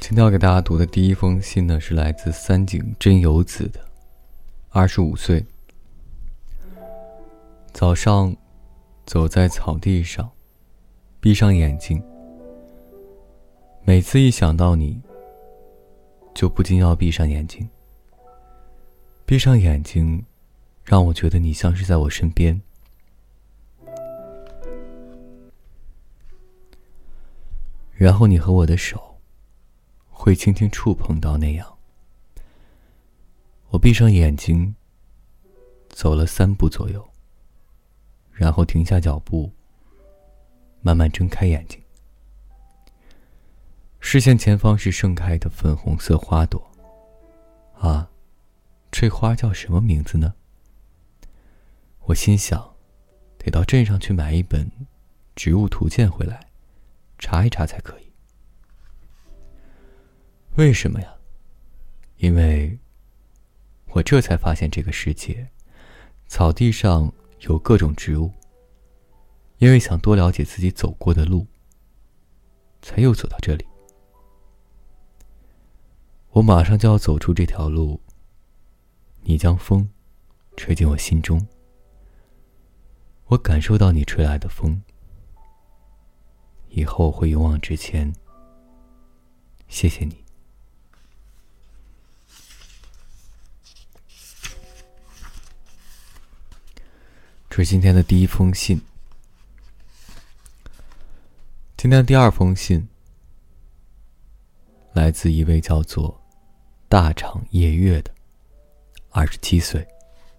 今天要给大家读的第一封信呢，是来自三井真由子的。25岁，早上走在草地上，闭上眼睛，每次一想到你，就不禁要闭上眼睛。闭上眼睛，让我觉得你像是在我身边。然后你和我的手会轻轻触碰到那样。我闭上眼睛，走了3步左右，然后停下脚步，慢慢睁开眼睛。视线前方是盛开的粉红色花朵。啊，这花叫什么名字呢？我心想，得到镇上去买一本植物图鉴回来，查一查才可以。为什么呀？因为我这才发现这个世界，草地上有各种植物。因为想多了解自己走过的路，才又走到这里。我马上就要走出这条路，你将风吹进我心中。我感受到你吹来的风，以后我会勇往直前。谢谢你。这是今天的第一封信。今天的第2封信来自一位叫做大厂夜月的27岁。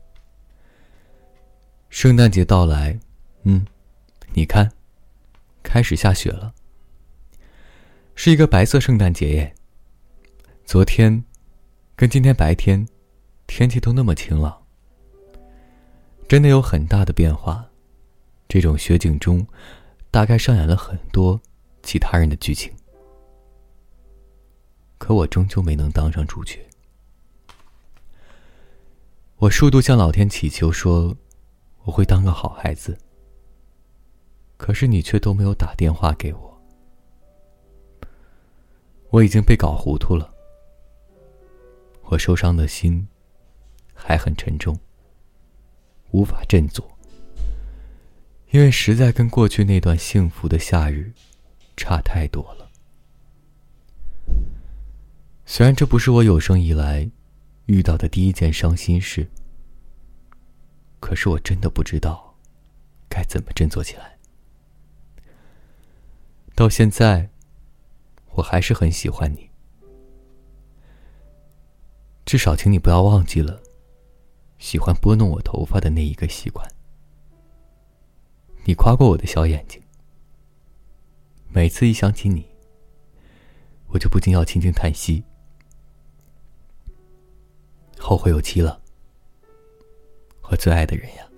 圣诞节到来，你看，开始下雪了。是一个白色圣诞节耶。昨天跟今天白天天气都那么晴朗，真的有很大的变化。这种雪景中大概上演了很多其他人的剧情，可我终究没能当上主角。我数度向老天祈求说我会当个好孩子，可是你却都没有打电话给我。我已经被搞糊涂了，我受伤的心还很沉重，无法振作，因为实在跟过去那段幸福的夏日差太多了。虽然这不是我有生以来遇到的第一件伤心事，可是我真的不知道该怎么振作起来。到现在，我还是很喜欢你。至少请你不要忘记了喜欢拨弄我头发的那一个习惯。你夸过我的小眼睛，每次一想起你，我就不禁要轻轻叹息。后会有期了，我最爱的人呀。